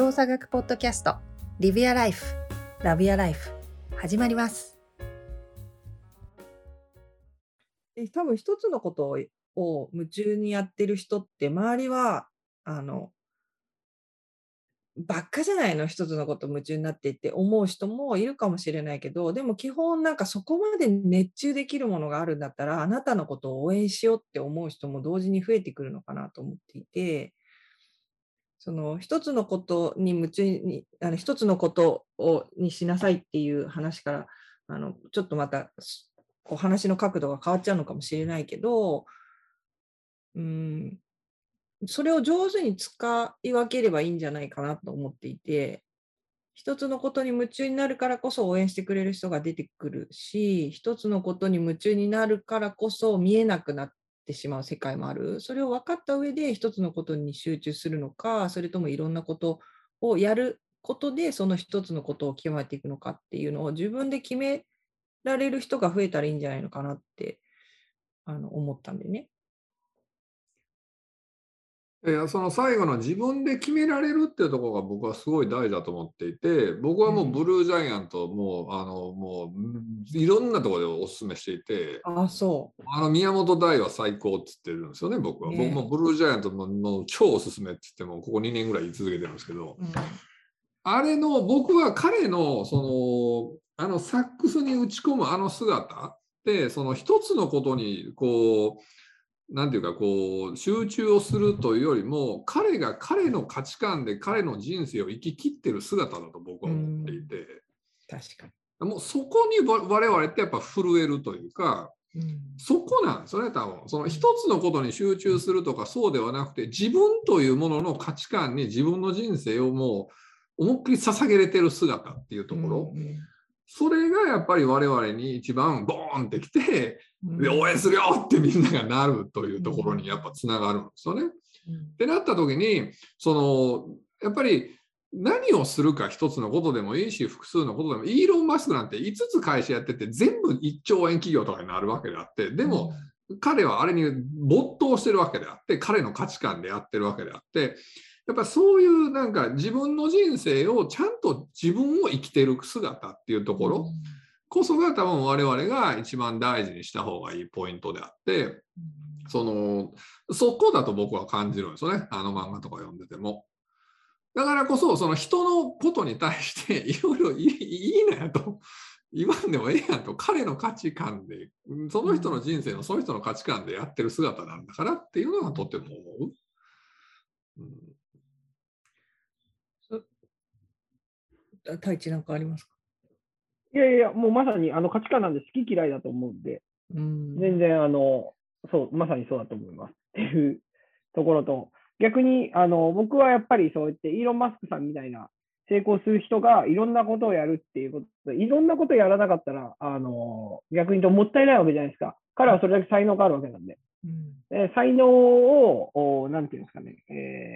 動作学ポッドキャスト Live Your Life Love Your Life 始まります。 多分一つのことを夢中にやってる人って周りはばっかじゃないの、一つのこと夢中になっていって思う人もいるかもしれないけど、でも基本なんかそこまで熱中できるものがあるんだったらあなたのことを応援しようって思う人も同時に増えてくるのかなと思っていて、その一つのことに夢中に一つのことにしなさいっていう話からちょっとまたこう話の角度が変わっちゃうのかもしれないけど、それを上手に使い分ければいいんじゃないかなと思っていて、一つのことに夢中になるからこそ応援してくれる人が出てくるし、一つのことに夢中になるからこそ見えなくなってしまう世界もある。それを分かった上で一つのことに集中するのか、それともいろんなことをやることでその一つのことを極めていくのかっていうのを自分で決められる人が増えたらいいんじゃないのかなって思ったんでね。 その最後の自分で決められるっていうところが僕はすごい大事だと思っていて、僕はもうブルージャイアントもういろんなところでお勧めしていて、宮本大は最高って言ってるんですよね、僕は。僕もブルージャイアントの超おすすめって言ってもここ2年ぐらい言い続けてるんですけど、僕は彼のサックスに打ち込む姿ってその一つのことにこうなんていうか集中をするというよりも、彼が彼の価値観で彼の人生を生き切ってる姿だと僕は思っていて、 確かにもうそこに我々ってやっぱ震えるというか、そこなんですよね。多分その一つのことに集中するとかそうではなくて、自分というものの価値観に自分の人生をもう思いっきり捧げれてる姿っていうところ、それがやっぱり我々に一番ボーンってきて、応援するよってみんながなるというところにやっぱつながるんですよね。ってなった時にやっぱり何をするか一つのことでもいいし、複数のことでも、イーロン・マスクなんて5つ会社やってて全部1兆円企業とかになるわけであって、でも彼はあれに没頭してるわけであって、彼の価値観でやってるわけであって、やっぱそういうなんか自分の人生をちゃんと自分を生きてる姿っていうところこそが多分我々が一番大事にした方がいいポイントであって、そこだと僕は感じるんですよね、漫画とか読んでても。だからこそその人のことに対していろいろいいなやと言わんでもええやんと、彼の価値観でその人の人生のその人の価値観でやってる姿なんだからっていうのがとても思う。 太一なんかありますか？ いや、もうまさに価値観なんで好き嫌いだと思うんで、全然まさにそうだと思いますっていうところと、逆に僕はやっぱりそうやってイーロン・マスクさんみたいな成功する人がいろんなことをやるっていうことで、いろんなことをやらなかったら逆に言うともったいないわけじゃないですか。彼はそれだけ才能があるわけなんで、才能をなんていうんですかね、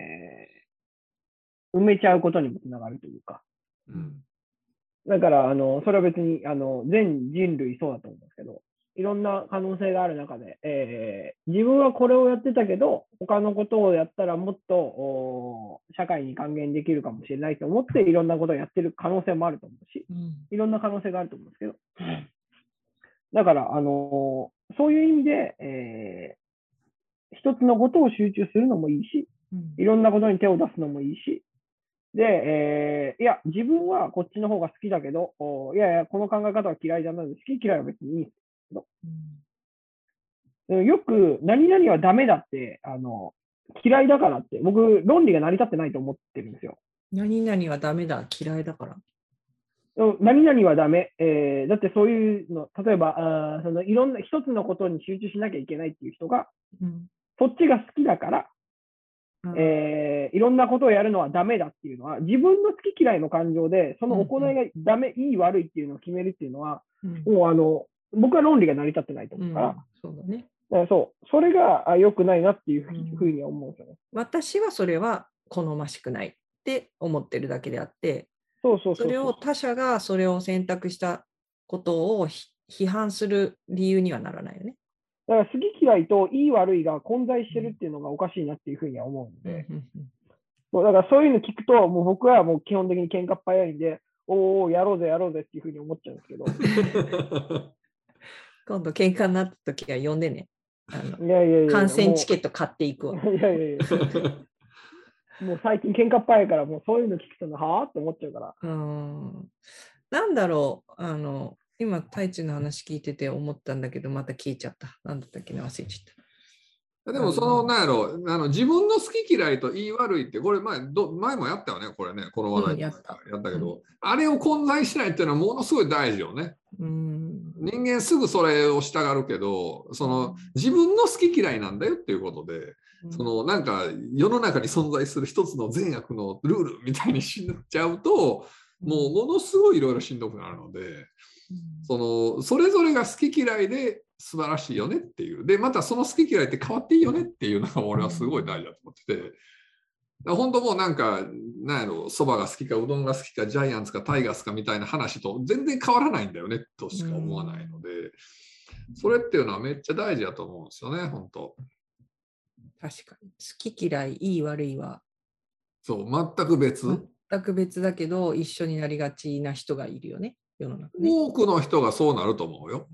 埋めちゃうことにもつながるというか。だからそれは別に全人類そうだと思うんですけど、いろんな可能性がある中で、自分はこれをやってたけど他のことをやったらもっと社会に還元できるかもしれないと思っていろんなことをやってる可能性もあると思うし、いろんな可能性があると思うんですけど、だからそういう意味で、一つのことを集中するのもいいし、いろんなことに手を出すのもいいし、で、いや、自分はこっちの方が好きだけど、いやいや、この考え方は嫌いじゃないので、好き嫌いは別にいいんですけど、よく、何々はダメだって、嫌いだからって、僕、論理が成り立ってないと思ってるんですよ。 何々はダメだ、嫌いだから。 何々はダメ。だってそういうの、例えば、いろんな一つのことに集中しなきゃいけないっていう人が、そっちが好きだから、いろんなことをやるのはダメだっていうのは、自分の好き嫌いの感情でその行いがダメ、いい悪いっていうのを決めるっていうのは、もう僕は論理が成り立ってないと思うから、 そうだね。 それが良くないなっていうふうには思うんですよね。 私はそれは好ましくないって思ってるだけであって、それを他者がそれを選択したことを批判する理由にはならないよね。 だから好き嫌いといい悪いが混在してるっていうのがおかしいなっていうふうには思うので、 もうだからそういうの聞くと、もう僕はもう基本的に喧嘩っ早いんで、おお、やろうぜ、やろうぜっていうふうに思っちゃうんですけど。 今度喧嘩になった時は呼んでね。 いやいやいや、 観戦チケット買っていくわ。 いやいやいや。もう最近喧嘩っ早いから、もうそういうの聞くとはあって思っちゃうから。 なんだろう、今、太一の話聞いてて思ったんだけど、また消えちゃった。なんだったっけな、忘れちゃった。 でもなんやろ、自分の好き嫌いと言い悪いって、これ前もやったよね、これね、この話題、 やったけど、あれを混在しないっていうのはものすごい大事よね。人間すぐそれをしたがるけど、自分の好き嫌いなんだよっていうことで、なんか世の中に存在する一つの善悪のルールみたいにしちゃうと、もうものすごいいろいろしんどくなるので、それぞれが好き嫌いで素晴らしいよねっていう。で、またその好き嫌いって変わっていいよねっていうのが俺はすごい大事だと思ってて。本当もうなんやろ、そばが好きかうどんが好きかジャイアンツかタイガースかみたいな話と全然変わらないんだよねとしか思わないので、それっていうのはめっちゃ大事だと思うんですよね、本当。 確かに。好き嫌い、いい悪いは。 そう、全く別。 全く別だけど、一緒になりがちな人がいるよね、世の中ね。 多くの人がそうなると思うよ。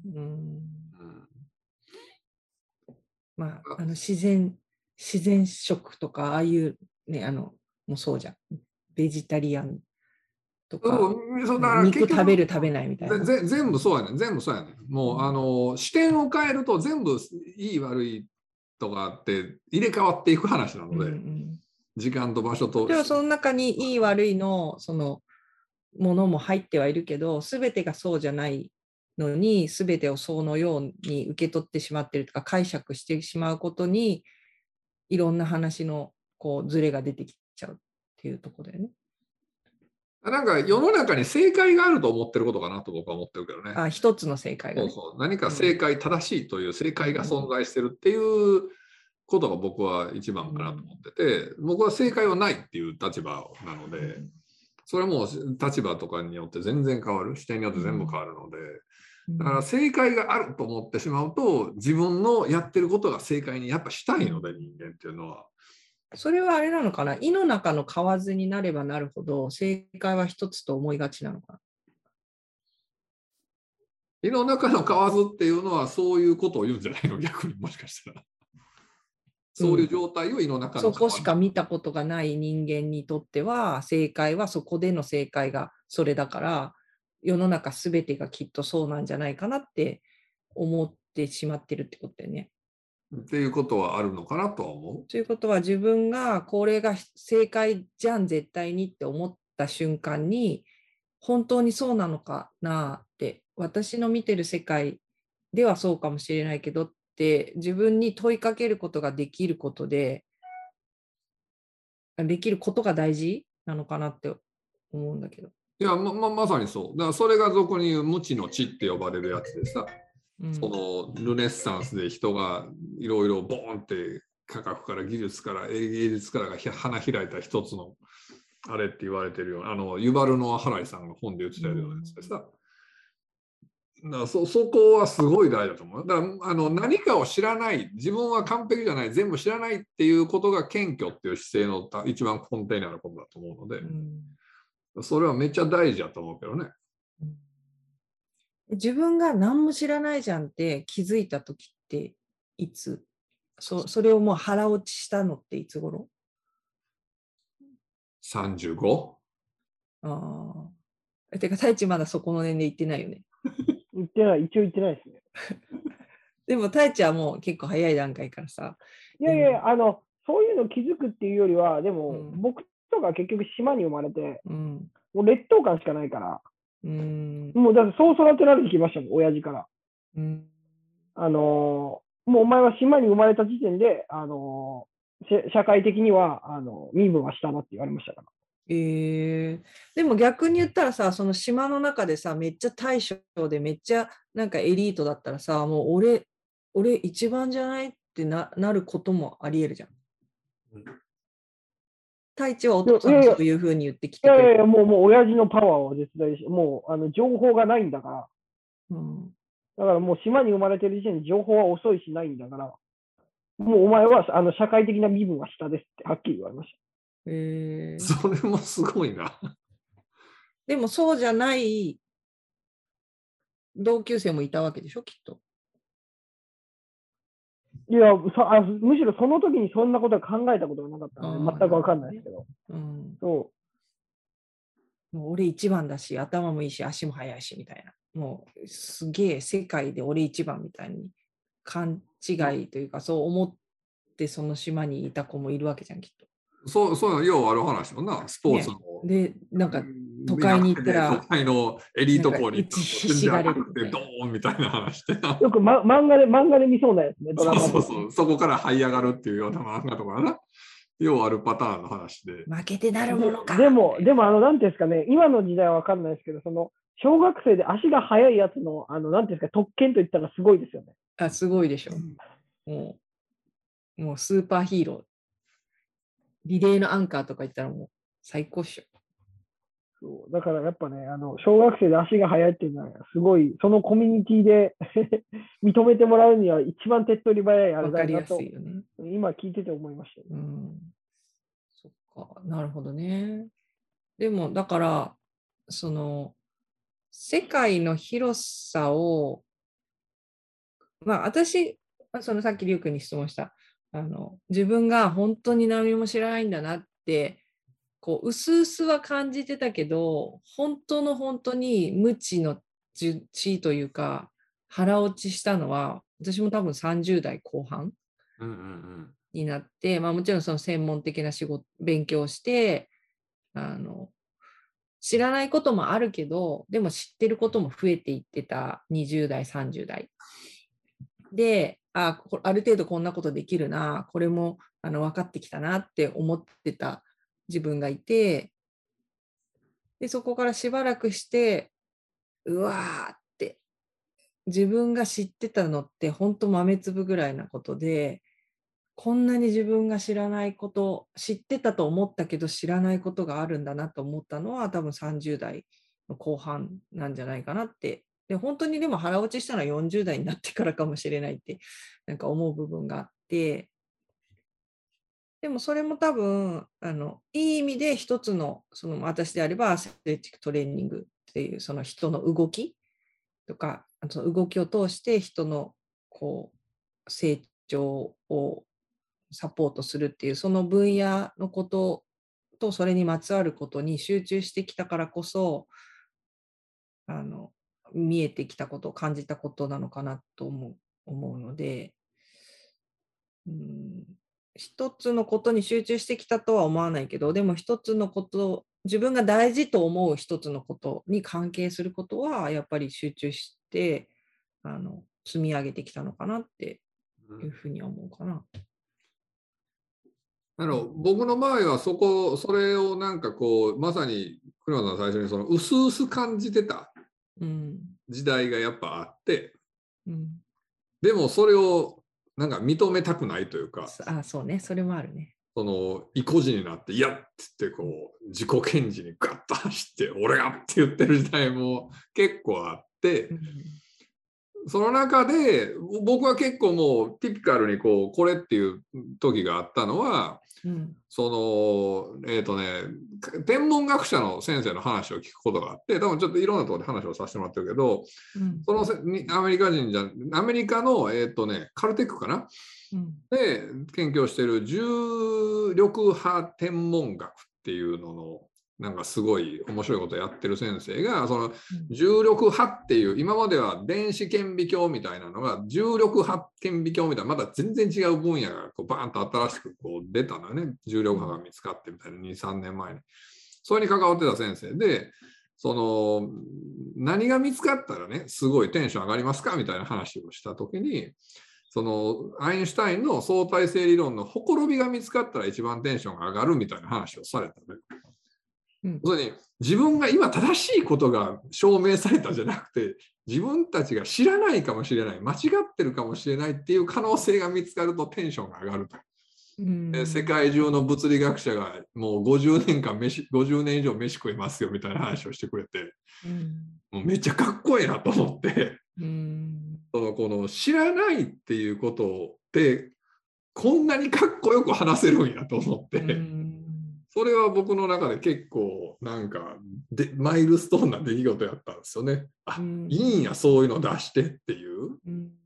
まあ、自然食とか、ああいうね、もうそうじゃん。ベジタリアンとか、肉食べる食べないみたいな。 全部そうやねん、全部そうやねん。もう、視点を変えると全部いい悪いとかって入れ替わっていく話なので、時間と場所と。 でもその中にいい悪いのものも入ってはいるけど、全てがそうじゃないのに、全てをそのように受け取ってしまっているとか解釈してしまうことに、いろんな話のズレが出てきちゃうっていうところだよね。 なんか世の中に正解があると思ってることかなと僕は思ってるけどね。 一つの正解が、ね。 そう何か正解、正しいという正解が存在してるっていうことが僕は一番かなと思ってて、僕は正解はないっていう立場なので、それはもう立場とかによって全然変わる、視点によって全部変わるので、だから正解があると思ってしまうと、自分のやってることが正解にやっぱしたいので、人間っていうのは。 それはあれなのかな、胃の中の蛙になればなるほど正解は一つと思いがちなのかな。 胃の中の蛙っていうのはそういうことを言うんじゃないの、逆にもしかしたら。そういう状態を胃の中のそこしか見たことがない人間にとっては、正解はそこでの正解がそれだから、世の中すべてがきっとそうなんじゃないかなって思ってしまってるってことだよね。 っていうことはあるのかなとは思う。 ということは、自分がこれが正解じゃん絶対にって思った瞬間に、本当にそうなのかなって、私の見てる世界ではそうかもしれないけどって自分に問いかけることができることで、できることが大事なのかなって思うんだけど。 いや、まさにそう。だからそれが俗に言う無知の知って呼ばれるやつでさ、そのルネッサンスで人がいろいろボーンって科学から技術から芸術からが花開いた一つのあれって言われてるような、ユバルノア・ハライさんが本で言ってたようなやつでさ、だからそこはすごい大事だと思う。だから何かを知らない、自分は完璧じゃない、全部知らないっていうことが謙虚っていう姿勢の一番根底にあることだと思うので、それはめっちゃ大事だと思うけどね。 自分が何も知らないじゃんって気づいた時っていつ？それをもう腹落ちしたのっていつ頃？ 35？ ああ。てか、太一まだそこの年齢行ってないよね。 行ってない、一応行ってないですね。 でも、太一はもう結構早い段階からさ。 いやいや、そういうの気づくっていうよりは、でも、僕とか結局島に生まれて、もう劣等感しかないから、もうだってそう育てられてきましたもん、親父から。もうお前は島に生まれた時点で、社会的には身分は下だって言われましたから。 でも逆に言ったらさ、その島の中でさ、めっちゃ大将でめっちゃなんかエリートだったらさ、もう俺一番じゃないってなることもありえるじゃん。太一はお父さんがそういうふうに言ってきてくれる。 いやいや、もう親父のパワーは絶大し、もう情報がないんだから。だからもう島に生まれてる時点で情報は遅いしないんだから、もうお前は社会的な身分は下ですってはっきり言われましそれもすごいな。 でもそうじゃない同級生もいたわけでしょ、きっと。 いやむしろその時にそんなことは考えたことがなかったので、全く分かんないですけど。 もう俺一番だし、頭もいいし、足も速いしみたいな。もうすげえ世界で俺一番みたいに勘違いというか、そう思ってその島にいた子もいるわけじゃん、きっと。 そういうのようある話もな、スポーツの。 で、なんか都会に行ったら、 都会のエリート校に行ったら、 ひしがれるドーンみたいな話でな。 よく、漫画で見そうなやつね、ドラマで。 そこから這い上がるっていうような漫画とかな。ようあるパターンの話で。 負けてなるものか。 でもなんていうんですかね、今の時代は分かんないですけど、その小学生で足が速いやつの、なんていうんですか、特権といったらすごいですよね。 すごいでしょ。もうスーパーヒーロー。リレーのアンカーとか言ったらもう最高っしょ。 そうだからやっぱね、小学生で足が速いっていうのは、すごい、そのコミュニティで認めてもらうには一番手っ取り早いあれだなと、今聞いてて思いました、ね。 そっか、なるほどね。でも、だから、その、世界の広さを、私、そのさっきリュウ君に質問した、自分が本当に何も知らないんだなって、こう、うすうすは感じてたけど、本当に無知の知というか、腹落ちしたのは、私も多分30代後半になって、もちろんその専門的な勉強をして、知らないこともあるけど、でも知ってることも増えていってた20代、30代。で、ある程度こんなことできるな、これも分かってきたなって思ってた自分がいて、で、そこからしばらくして、うわーって、自分が知ってたのって本当豆粒ぐらいなことで、こんなに自分が知らないこと、知ってたと思ったけど知らないことがあるんだなと思ったのは多分30代の後半なんじゃないかなって。で、本当にでも腹落ちしたのは40代になってからかもしれないってなんか思う部分があって、でもそれも多分いい意味で一つの、その私であればアスレチックトレーニングっていうその人の動きとか、その動きを通して人のこう成長をサポートするっていうその分野のこととそれにまつわることに集中してきたからこそ見えてきたこと感じたことなのかなと思うので、一つのことに集中してきたとは思わないけど、でも一つのこと自分が大事と思う一つのことに関係することはやっぱり集中して積み上げてきたのかなっていうふうに思うかな。 僕の場合はそれをなんかこうまさに栗山さん最初にその薄々感じてた時代がやっぱあって、でもそれをなんか認めたくないというか、 そうね、それもあるね。 その意固地になって「いや」って言ってこう自己顕示にガッと走って「俺が」って言ってる時代も結構あって、その中で僕は結構もうティピカルにこれっていう時があったのは、その天文学者の先生の話を聞くことがあって、多分ちょっといろんなところで話をさせてもらってるけど、そのアメリカのカルテックかな、で研究をしている重力波天文学っていうののなんかすごい面白いことをやってる先生が、その重力波っていう、今までは電子顕微鏡みたいなのが重力波顕微鏡みたいなまた全然違う分野がバーンと新しく出たのよね。重力波が見つかってみたいな2、3年前に。それに関わってた先生で、その何が見つかったらねすごいテンション上がりますかみたいな話をした時に、そのアインシュタインの相対性理論のほころびが見つかったら一番テンションが上がるみたいな話をされたのよ。要するに自分が今正しいことが証明されたじゃなくて、自分たちが知らないかもしれない、間違ってるかもしれないっていう可能性が見つかるとテンションが上がると。世界中の物理学者がもう50年以上飯食いますよみたいな話をしてくれて、もうめっちゃかっこいいなと思って、この知らないっていうことってこんなにかっこよく話せるんやと思って。 それは僕の中で結構なんかマイルストーンな出来事やったんですよね。いいんや、そういうの出してっていう。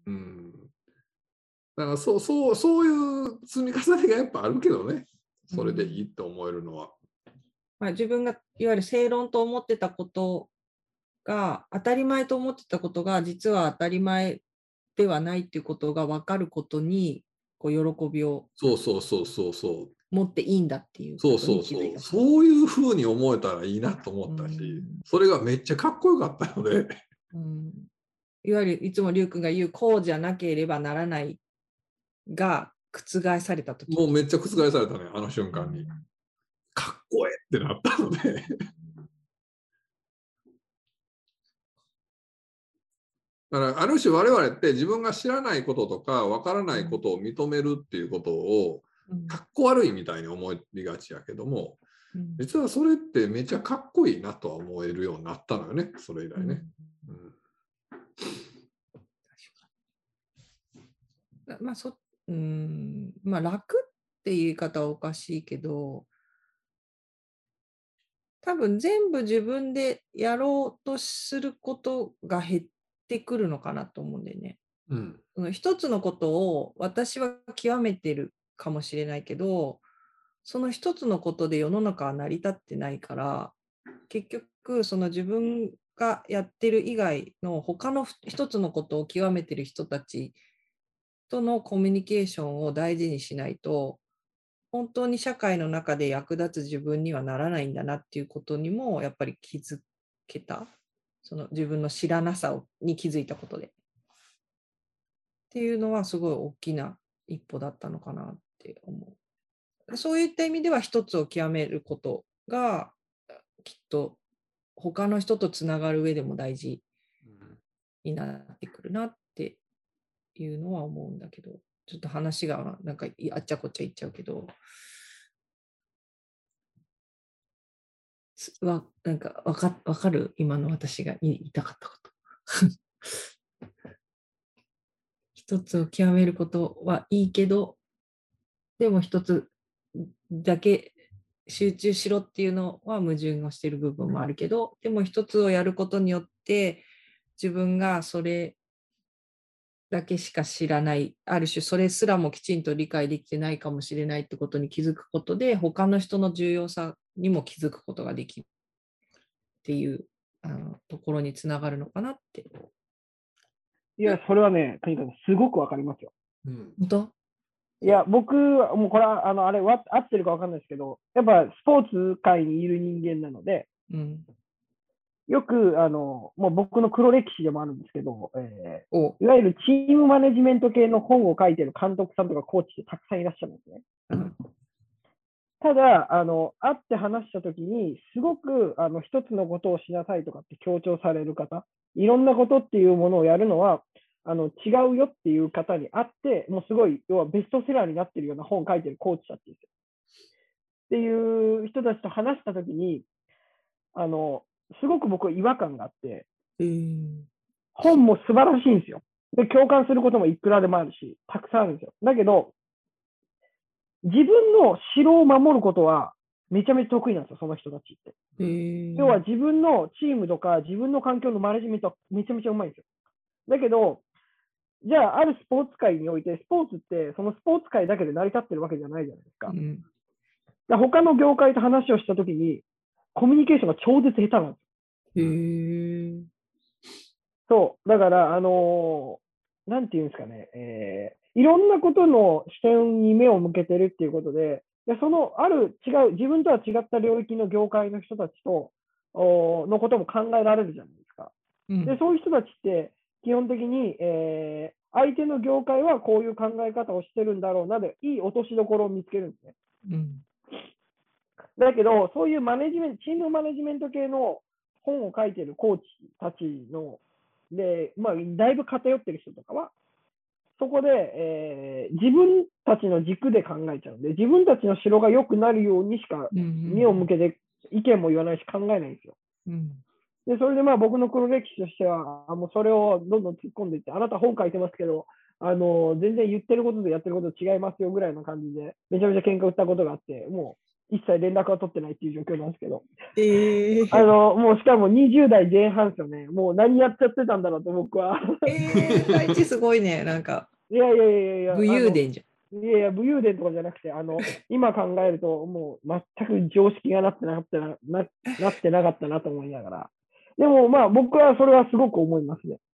だからそういう積み重ねがやっぱあるけどね、それでいいと思えるのは。 自分がいわゆる正論と思ってたことが、当たり前と思ってたことが、実は当たり前ではないっていうことが分かることに、こう喜びを持っていいんだっていうことに気づいた。 そういうふうに思えたらいいなと思ったし、それがめっちゃかっこよかったので。 いわゆるいつもリュウ君が言う、こうじゃなければならないが覆されたとき。 もうめっちゃ覆されたね、あの瞬間に。かっこええってなったので。だからある種我々って自分が知らないこととか分からないことを認めるっていうことをかっこ悪いみたいに思いがちやけども、実はそれってめちゃかっこいいなとは思えるようになったのよね、それ以来ね。 楽っていう言い方はおかしいけど、多分全部自分でやろうとすることが減ってくるのかなと思うんだよね。その一つのことを私は極めてるかもしれないけど、その一つのことで世の中は成り立ってないから、結局その自分がやってる以外の他の一つのことを極めてる人たちとのコミュニケーションを大事にしないと、本当に社会の中で役立つ自分にはならないんだなっていうことにもやっぱり気づけた。その自分の知らなさに気づいたことで。っていうのはすごい大きな一歩だったのかなって思う。そういった意味では一つを極めることがきっと他の人とつながる上でも大事になってくるなっていうのは思うんだけど、ちょっと話がなんかあっちゃこっちゃいっちゃうけど、なんかわかる今の私が言いたかったこと。一つを極めることはいいけど、でも一つだけ集中しろっていうのは矛盾をしている部分もあるけど、でも一つをやることによって自分がそれだけしか知らない、ある種それすらもきちんと理解できてないかもしれないってことに気づくことで、他の人の重要さにも気づくことができるっていうところにつながるのかなって。 いや、それはね、とにかくすごくわかりますよ。 本当？ いや、僕は、もうこれは、あれ、合ってるかわかんないですけど、やっぱスポーツ界にいる人間なので、よく、もう僕の黒歴史でもあるんですけど、いわゆるチームマネジメント系の本を書いてる監督さんとかコーチってたくさんいらっしゃるんですね。ただ、会って話したときに、すごく一つのことをしなさいとかって強調される方、いろんなことっていうものをやるのは、違うよっていう方に会って、もうすごい、要はベストセラーになってるような本を書いてるコーチたちですよ。っていう人たちと話したときに、すごく僕は違和感があって、本も素晴らしいんですよ。で、共感することもいくらでもあるし、たくさんあるんですよ。だけど、自分の城を守ることはめちゃめちゃ得意なんですよ、その人たちって。要は自分のチームとか自分の環境のマネジメントはめちゃめちゃうまいんですよ。だけど、じゃあ、あるスポーツ界において、スポーツって、そのスポーツ界だけで成り立ってるわけじゃないじゃないですか。他の業界と話をしたときに、コミュニケーションが超絶下手なんですよ。そう。だから、なんていうんですかね、いろんなことの視点に目を向けてるっていうことで、その自分とは違った領域の業界の人たちとのことも考えられるじゃないですか。で、そういう人たちって、基本的に、相手の業界はこういう考え方をしてるんだろうなで、いい落としどころを見つけるんですね。だけど、そういうチームマネジメント系の本を書いてるコーチたちの、で、だいぶ偏ってる人とかは、そこで、自分たちの軸で考えちゃうんで、自分たちの城が良くなるようにしか目を向けて意見も言わないし考えないんですよ。で、それで僕の黒歴史としては、もうそれをどんどん突っ込んでいって、あなた本書いてますけど、全然言ってることとやってること違いますよぐらいの感じで、めちゃめちゃ喧嘩売ったことがあって、も一切連絡は取ってないっていう状況なんですけど、 もうしかも20代前半ですよね。もう何やっちゃってたんだろうと僕は。 太一すごいね、なんか。 いや、 武勇伝じゃん。 いやいや、武勇伝とかじゃなくて、今考えると、もう全く常識がなってなかったなと思いながら。でも、まあ、僕はそれはすごく思いますね。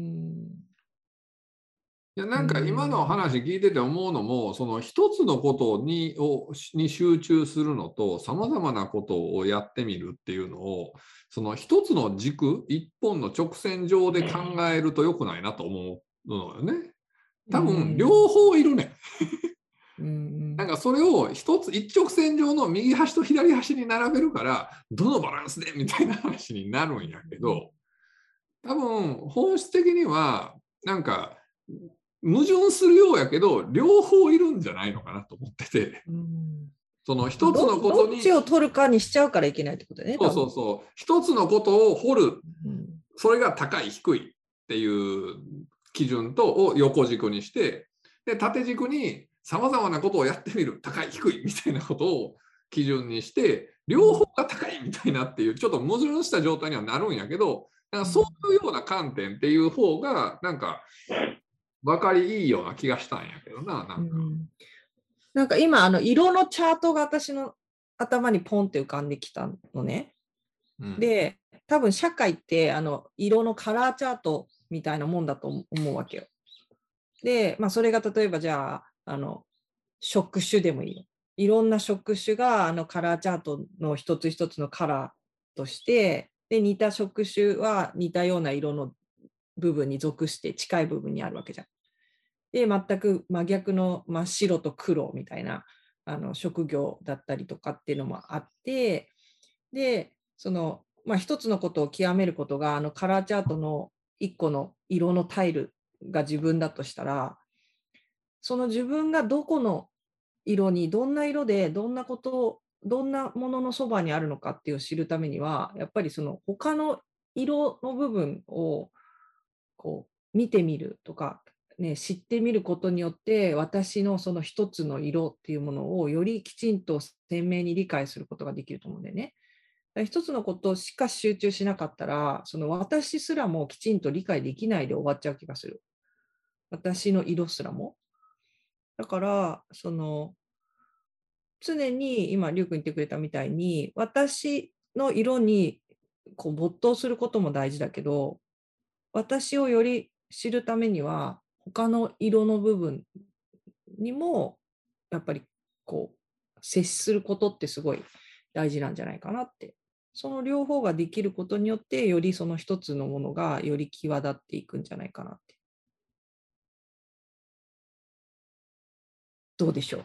いやなんか今の話聞いてて思うのも、その一つのことに集中するのと、さまざまなことをやってみるっていうのを、その一つの軸、一本の直線上で考えると良くないなと思うのよね。多分両方いるね。なんかそれを一直線上の右端と左端に並べるからどのバランスでみたいな話になるんやけど、多分本質的にはなんか矛盾するようやけど両方いるんじゃないのかなと思ってて、その一つのことにどっちを取るかにしちゃうからいけないってことね。 そう一つのことを掘る、それが高い低いっていう基準を横軸にして、で縦軸にさまざまなことをやってみる、高い低いみたいなことを基準にして両方が高いみたいなっていうちょっと矛盾した状態にはなるんやけど、なんかそういうような観点っていう方がなんか分かりいいような気がしたんやけどな。 なんか今色のチャートが私の頭にポンって浮かんできたのね。で多分社会って色のカラーチャートみたいなもんだと思うわけよ。で、まあ、それが例えばじゃあ職種でもいいよ。いろんな職種がカラーチャートの一つ一つのカラーとして、で似た職種は似たような色の部分に属して近い部分にあるわけじゃん。で全く真逆の真っ白と黒みたいな職業だったりとかっていうのもあって、でまあ、一つのことを極めることがカラーチャートの一個の色のタイルが自分だとしたら、その自分がどこの色にどんな色でどんなもののそばにあるのかっていうを知るためには、やっぱりその他の色の部分をこう見てみるとか、ね、知ってみることによって、私のその一つの色っていうものをよりきちんと鮮明に理解することができると思うんだよね。一つのことしか集中しなかったら、その私すらもきちんと理解できないで終わっちゃう気がする。私の色すらも。だから常に今リュウ君言ってくれたみたいに、私の色にこう没頭することも大事だけど、私をより知るためには他の色の部分にもやっぱりこう接することってすごい大事なんじゃないかなって。その両方ができることによってよりその一つのものがより際立っていくんじゃないかなって。どうでしょう。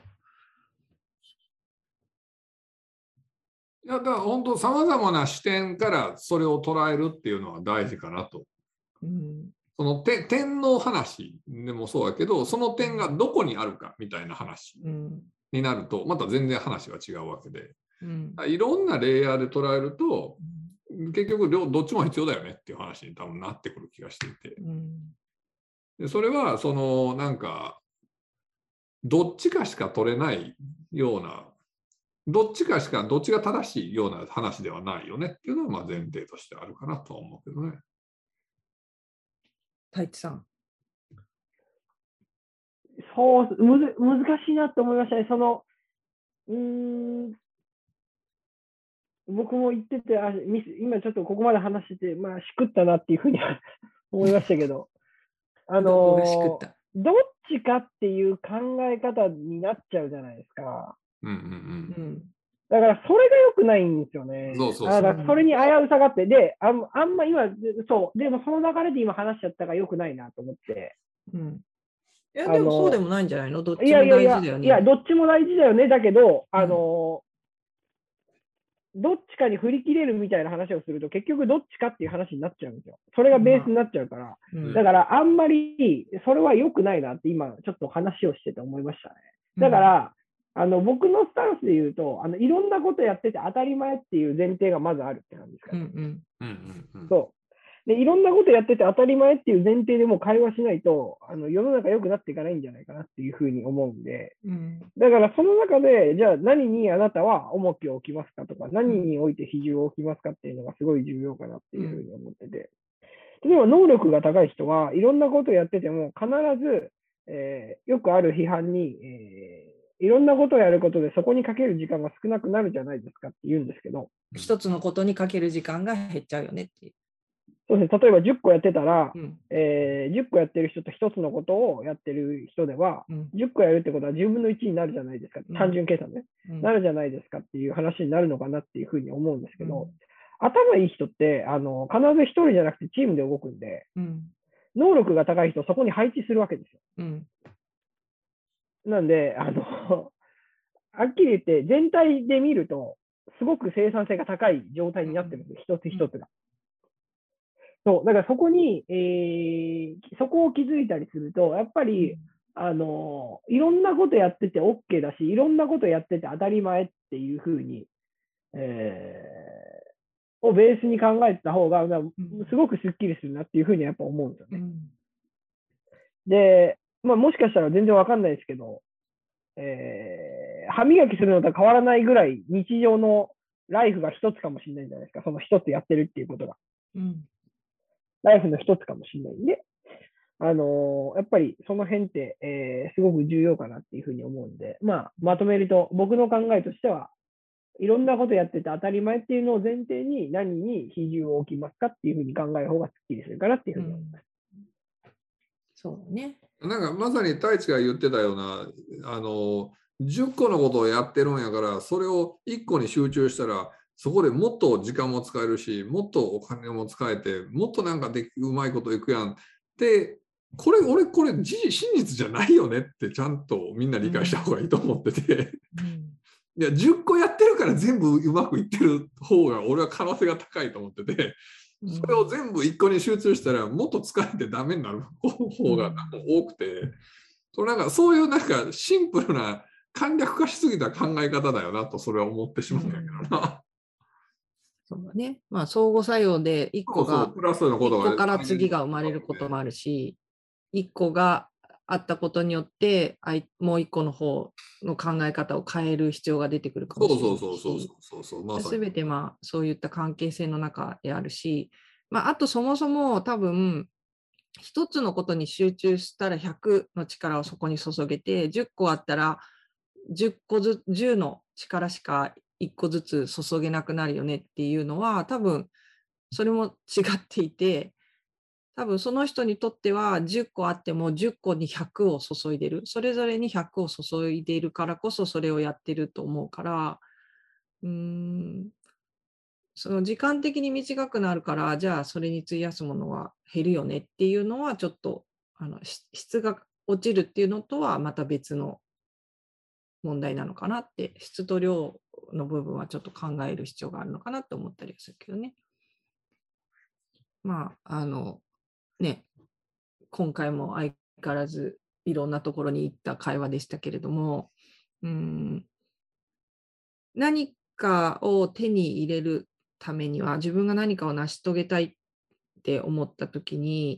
いやだから本当さまざまな視点からそれを捉えるっていうのは大事かなと。その点の話でもそうやけど、その点がどこにあるかみたいな話になるとまた全然話が違うわけで、いろんなレイヤーで捉えると結局どっちも必要だよねっていう話に多分なってくる気がしていて、でそれはなんかどっちかしか取れないような、どっちが正しいような話ではないよねっていうのはまあ前提としてあるかなとは思うけどね。 太一さん。 そう難しいなと思いましたね。僕も言ってて今ちょっとここまで話してて、まあ、しくったなっていうふうに思いましたけど、どっちかっていう考え方になっちゃうじゃないですか。だからそれが良くないんですよね。だからそれに危うさがあって、で、あんま今、そう、でもその流れで今話しちゃったから良くないなと思って。 いや、でもそうでもないんじゃないの？どっちも大事だよね。 いや、どっちも大事だよね。だけど、どっちかに振り切れるみたいな話をすると、結局どっちかっていう話になっちゃうんですよ。それがベースになっちゃうから。だからあんまりそれは良くないなって今ちょっと話をしてて思いましたね。だから、僕のスタンスで言うと、いろんなことやってて当たり前っていう前提がまずあるって感じですかね。 で、いろんなことやってて当たり前っていう前提でもう会話しないと、世の中良くなっていかないんじゃないかなっていうふうに思うんで、だからその中で、じゃあ何にあなたは重きを置きますかとか、何において比重を置きますかっていうのがすごい重要かなっていうふうに思ってて、例えば能力が高い人はいろんなことをやってても必ず、よくある批判に、いろんなことをやることでそこにかける時間が少なくなるじゃないですかって言うんですけど、 一つのことにかける時間が減っちゃうよねっていう。 そうですね、例えば10個やってたら、10個やってる人と1つのことをやってる人では、10個やるってことは10分の1になるじゃないですか、単純計算ね、なるじゃないですかっていう話になるのかなっていうふうに思うんですけど、頭いい人って必ず1人じゃなくてチームで動くんで、能力が高い人をそこに配置するわけですよ。なんではっきり言って全体で見るとすごく生産性が高い状態になってるんです、一つ一つが。そうだからそこに、そこを気づいたりすると、やっぱり、いろんなことやってて OK だし、いろんなことやってて当たり前っていうふうに、をベースに考えた方が、すごくすっきりするなっていうふうにやっぱ思うんですよね。で、もしかしたら全然わかんないですけど、歯磨きするのと変わらないぐらい日常のライフが一つかもしれないじゃないですか、その一つやってるっていうことが。ライフの一つかもしれないんで、やっぱりその辺って、すごく重要かなっていうふうに思うんで、まとめると、僕の考えとしては、いろんなことやってて当たり前っていうのを前提に何に比重を置きますかっていうふうに考える方がすっきりするかなっていうふうに思います。 そうだね。 なんかまさに太一が言ってたような10個のことをやってるんやから、それを1個に集中したらそこでもっと時間も使えるし、もっとお金も使えて、もっとなんかうまいこといくやんって、俺これ真実じゃないよねってちゃんとみんな理解した方がいいと思ってて、いや10個やってるから全部うまくいってる方が俺は可能性が高いと思ってて、それを全部1個に集中したらもっと疲れてダメになる方が多くて、そういうなんかシンプルな簡略化しすぎた考え方だよなとそれは思ってしまうんだけどな。 そうだね。相互作用で1個がプラスのことが 1個から次が生まれることもあるし、1個があったことによってもう1個の方の考え方を変える必要が出てくるかもしれないし、全てそういった関係性の中であるし、あとそもそも多分一つのことに集中したら100の力をそこに注げて、10個あったら10の力しか1個ずつ注げなくなるよねっていうのは、多分それも違っていて、多分その人にとっては10個あっても10個に100を注いでる。それぞれに100を注いでいるからこそそれをやってると思うから、その時間的に短くなるから、じゃあそれに費やすものは減るよねっていうのはちょっと質が落ちるっていうのとはまた別の問題なのかなって、質と量の部分はちょっと考える必要があるのかなと思ったりするけどね。今回も相変わらずいろんなところに行った会話でしたけれども、何かを手に入れるためには、自分が何かを成し遂げたいって思ったときに、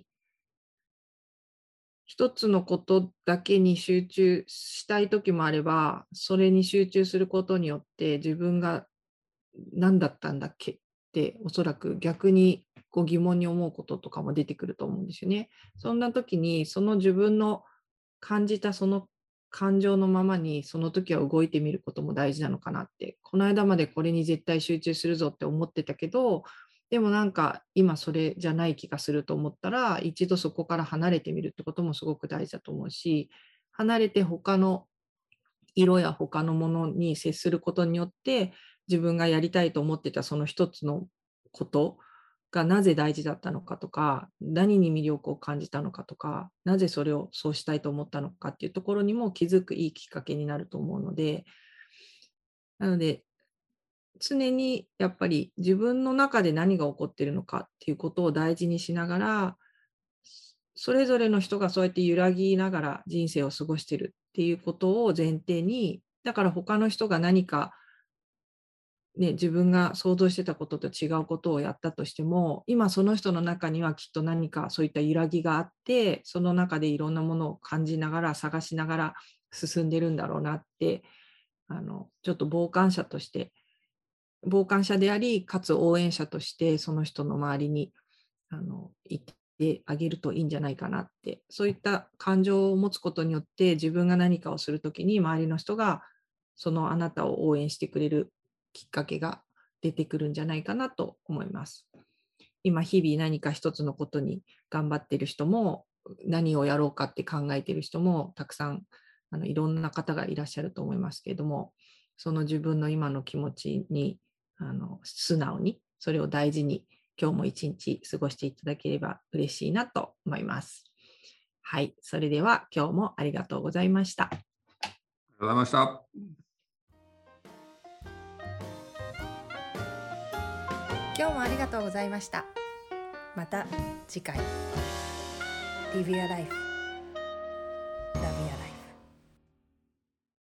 一つのことだけに集中したいときもあれば、それに集中することによって自分が何だったんだっけっておそらく逆に疑問に思うこととかも出てくると思うんですよね。そんな時にその自分の感じたその感情のままにその時は動いてみることも大事なのかなって。この間までこれに絶対集中するぞって思ってたけど、でもなんか今それじゃない気がすると思ったら、一度そこから離れてみるってこともすごく大事だと思うし、離れて他の色や他のものに接することによって自分がやりたいと思ってたその一つのことがなぜ大事だったのかとか、何に魅力を感じたのかとか、なぜそれをそうしたいと思ったのかっていうところにも気づくいいきっかけになると思うので、なので常にやっぱり自分の中で何が起こっているのかっていうことを大事にしながら、それぞれの人がそうやって揺らぎながら人生を過ごしているっていうことを前提に、だから他の人が何かね、自分が想像してたことと違うことをやったとしても、今その人の中にはきっと何かそういった揺らぎがあって、その中でいろんなものを感じながら探しながら進んでるんだろうなって、ちょっと傍観者として、傍観者でありかつ応援者としてその人の周りにいてあげるといいんじゃないかなって、そういった感情を持つことによって自分が何かをするときに周りの人がそのあなたを応援してくれるきっかけが出てくるんじゃないかなと思います。今日々何か一つのことに頑張っている人も、何をやろうかって考えている人もたくさんいろんな方がいらっしゃると思いますけれども、その自分の今の気持ちに素直にそれを大事に今日も一日過ごしていただければ嬉しいなと思います。はい、それでは今日もありがとうございました。 ありがとうございました。 今日もありがとうございました。また次回。Live your life.